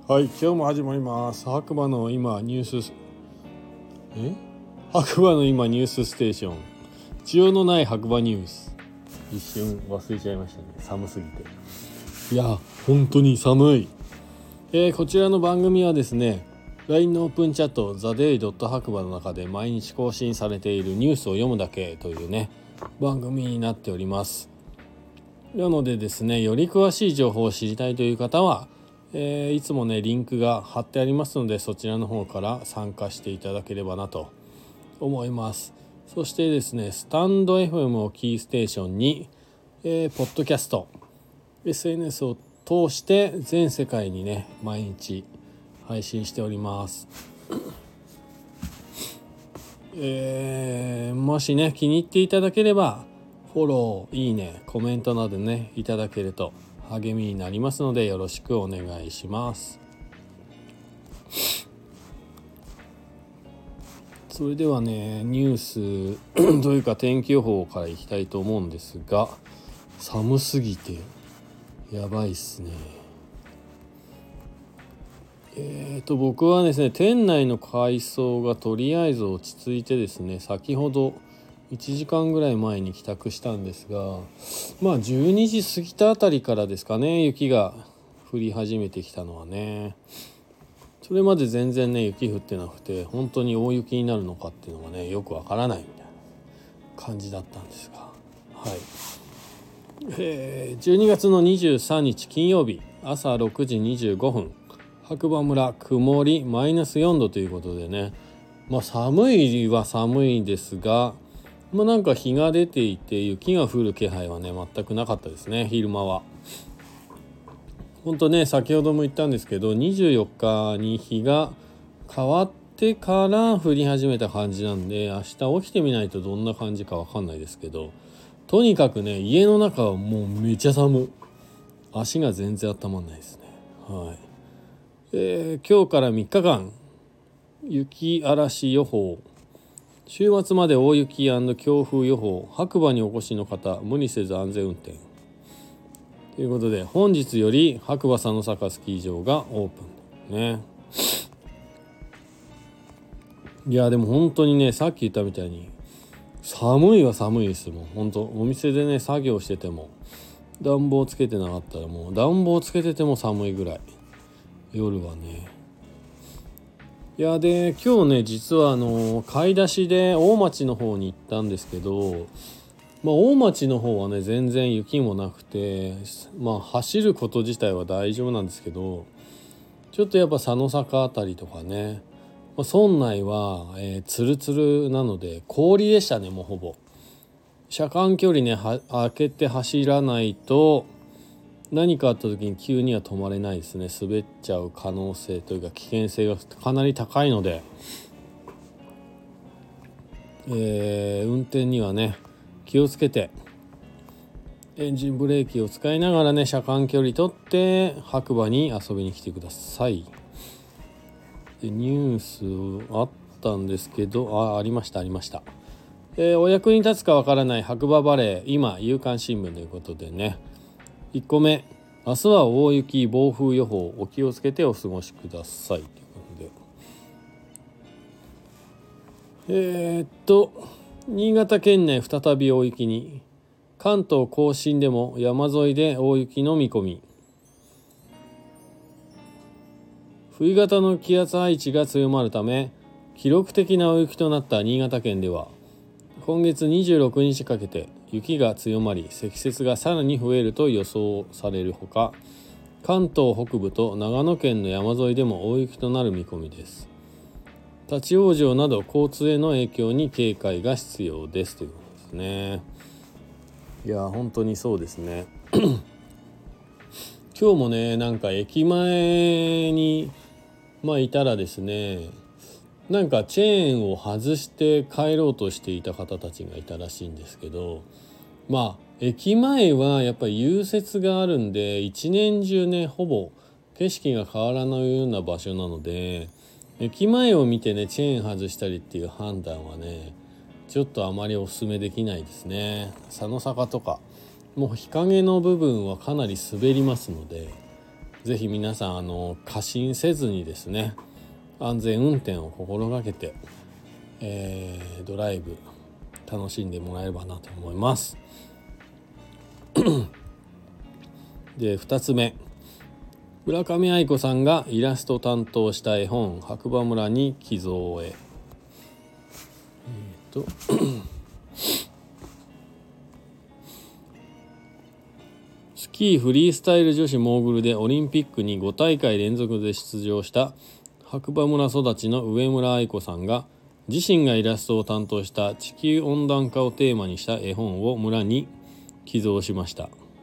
はい、今日も始まります。白馬の今ニュースステーション。需要のない白馬ニュース。一瞬忘れちゃいましたね。寒すぎて。いや、本当に寒い。こちらの番組はですね、LINE のオープンチャット TheDay. 白馬の中で毎日更新されているニュースを読むだけというね、番組になっております。なのでですね、より詳しい情報を知りたいという方はいつもねリンクが貼ってありますので、そちらの方から参加していただければなと思います。そしてですね、スタンド FM をキーステーションに、ポッドキャスト SNS を通して全世界にね毎日配信しております。もしね気に入っていただければフォロー、いいね、コメントなどねいただけると励みになりますので、よろしくお願いします。それではね、ニュースというか天気予報からいきたいと思うんですが、寒すぎてやばいっすね。僕はですね、店内の改装がとりあえず落ち着いてですね、先ほど1時間ぐらい前に帰宅したんですが、12時過ぎたあたりからですかね、雪が降り始めてきたのはね。それまで全然ね雪降ってなくて、本当に大雪になるのかっていうのがねよくわからないみたいな感じだったんですが、はい。12月の23日金曜日朝6時25分、白馬村曇りマイナス4度ということでね、寒いは寒いですが、なんか日が出ていて雪が降る気配はね全くなかったですね。昼間は本当ね、先ほども言ったんですけど、24日に日が変わってから降り始めた感じなんで、明日起きてみないとどんな感じか分かんないですけど、とにかくね家の中はもうめちゃ寒い。足が全然温まんないですね。はい。今日から3日間雪嵐予報、週末まで大雪&強風予報、白馬にお越しの方無理せず安全運転ということで、本日より白馬佐野坂スキー場がオープンね。いやでも本当にね、さっき言ったみたいに寒いは寒いですもん。本当お店でね作業してても暖房つけてなかったら、もう暖房つけてても寒いぐらい、夜はね。いやで今日ね、実は買い出しで大町の方に行ったんですけど、大町の方はね全然雪もなくて、走ること自体は大丈夫なんですけど、ちょっとやっぱ佐野坂あたりとかね、村内は、ツルツルなので氷でしたね。もうほぼ車間距離ね開けて走らないと何かあった時に急には止まれないですね。滑っちゃう可能性というか危険性がかなり高いので、運転にはね気をつけて、エンジンブレーキを使いながらね車間距離取って白馬に遊びに来てください。でニュースあったんですけど、ありました。お役に立つかわからない白馬バレー、今夕刊新聞ということでね、1個目、明日は大雪暴風予報、お気をつけてお過ごしくださいということで、新潟県内再び大雪に、関東甲信でも山沿いで大雪の見込み。冬型の気圧配置が強まるため、記録的な大雪となった新潟県では今月26日かけて雪が強まり、積雪がさらに増えると予想されるほか、関東北部と長野県の山沿いでも大雪となる見込みです。立ち往生など交通への影響に警戒が必要ですということですね。いや本当にそうですね今日もねなんか駅前にいたらですね、なんかチェーンを外して帰ろうとしていた方たちがいたらしいんですけど、駅前はやっぱり融雪があるんで一年中ねほぼ景色が変わらないような場所なので、駅前を見てねチェーン外したりっていう判断はねちょっとあまりお勧めできないですね。佐野坂とかもう日陰の部分はかなり滑りますので、 ぜひ皆さん過信せずにですね、安全運転を心がけて、ドライブ楽しんでもらえればなと思います。で2つ目、村上愛子さんがイラスト担当した絵本白馬村に寄贈へ。スキーフリースタイル女子モーグルでオリンピックに5大会連続で出場した白馬村育ちの上村愛子さんが自身がイラストを担当した地球温暖化をテーマにした絵本を村に寄贈しました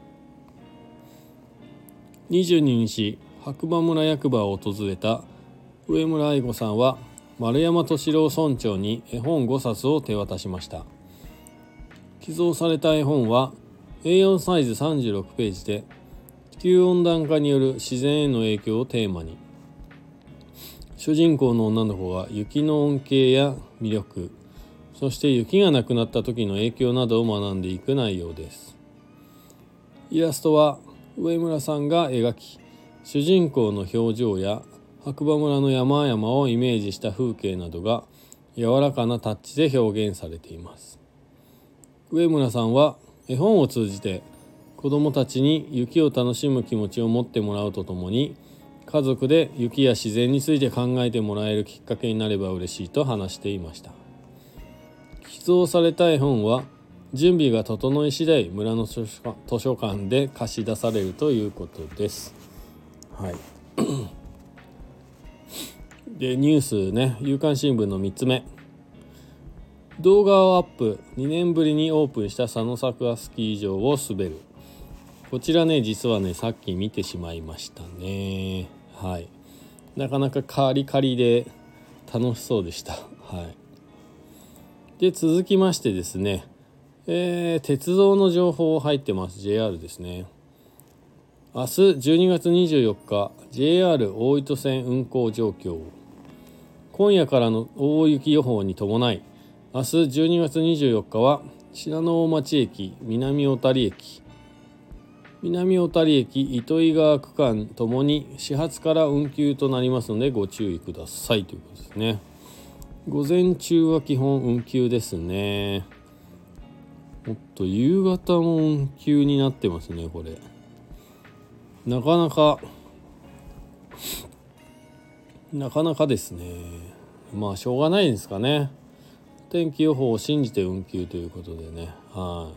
。22日、白馬村役場を訪れた上村愛子さんは丸山敏郎村長に絵本5冊を手渡しました。寄贈された絵本は A4 サイズ36ページで地球温暖化による自然への影響をテーマに、主人公の女の子が雪の恩恵や魅力、そして雪がなくなった時の影響などを学んでいく内容です。イラストは上村さんが描き、主人公の表情や白馬村の山々をイメージした風景などが柔らかなタッチで表現されています。上村さんは絵本を通じて子どもたちに雪を楽しむ気持ちを持ってもらうとともに、家族で雪や自然について考えてもらえるきっかけになれば嬉しいと話していました。寄贈された絵本は準備が整い次第村の図書館で貸し出されるということです。はい。でニュースね、夕刊新聞の3つ目、動画をアップ、2年ぶりにオープンした佐野桜スキー場を滑る。こちらね、実はねさっき見てしまいましたね。はい、なかなかカリカリで楽しそうでした。はい。で続きましてですね、鉄道の情報入ってます。 JR ですね。明日12月24日 JR 大糸線運行状況。今夜からの大雪予報に伴い、明日12月24日は信濃大町駅、南小谷駅、糸魚川区間ともに始発から運休となりますのでご注意くださいということですね。午前中は基本運休ですね。もっと夕方も運休になってますね。これなかなかですね。まあしょうがないですかね。天気予報を信じて運休ということでね。はい。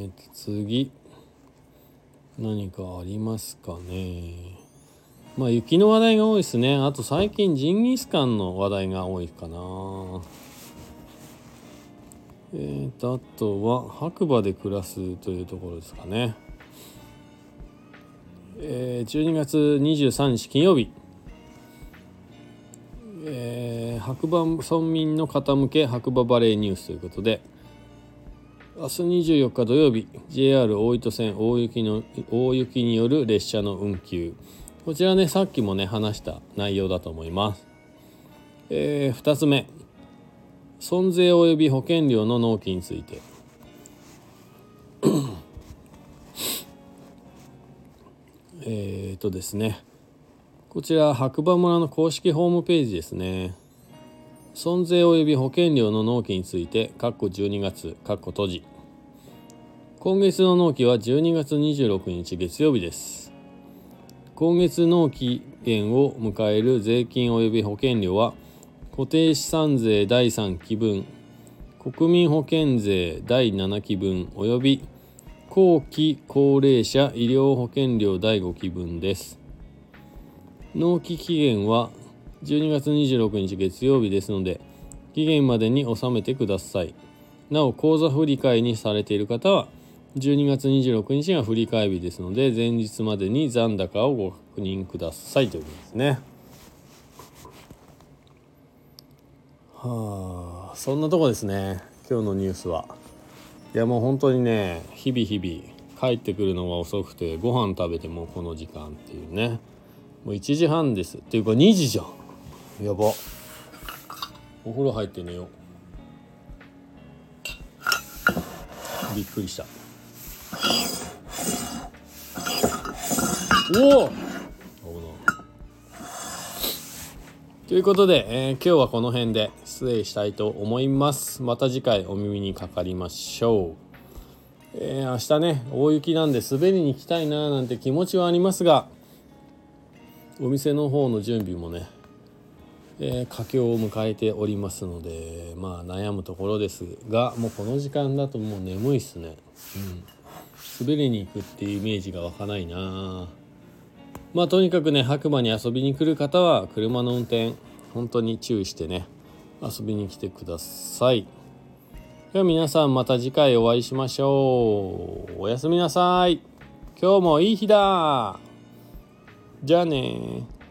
次何かありますかね。まあ雪の話題が多いですね。あと最近ジンギスカンの話題が多いかな。あとは白馬で暮らすというところですかね。12月23日金曜日、白馬村民の方向け白馬バレーニュースということで、明日24日土曜日 JR 大糸線大雪による列車の運休。こちらね、さっきもね話した内容だと思います。2つ目、損税及び保険料の納期について。ですね、こちら白馬村の公式ホームページですね。損税及び保険料の納期について12月閉じ。今月の納期は12月26日月曜日です。今月納期限を迎える税金及び保険料は固定資産税第3期分、国民保険税第7期分及び後期高齢者医療保険料第5期分です。納期期限は12月26日月曜日ですので、期限までに納めてください。なお、口座振替にされている方は12月26日が振替日ですので、前日までに残高をご確認くださいということですね。そんなとこですね、今日のニュースは。いやもう本当にね、日々帰ってくるのが遅くて、ご飯食べてもこの時間っていうね。もう1時半ですっていうか2時じゃん。やば。お風呂入って寝よう。びっくりした。 おおということで、今日はこの辺で失礼したいと思います。また次回お耳にかかりましょう。明日ね大雪なんで滑りに行きたいななんて気持ちはありますが、お店の方の準備もね、佳境を迎えておりますので、悩むところですが、もうこの時間だともう眠いっすね。滑りに行くっていうイメージが湧かないな。とにかくね、白馬に遊びに来る方は車の運転本当に注意してね遊びに来てください。では皆さんまた次回お会いしましょう。おやすみなさい。今日もいい日だ。じゃあね。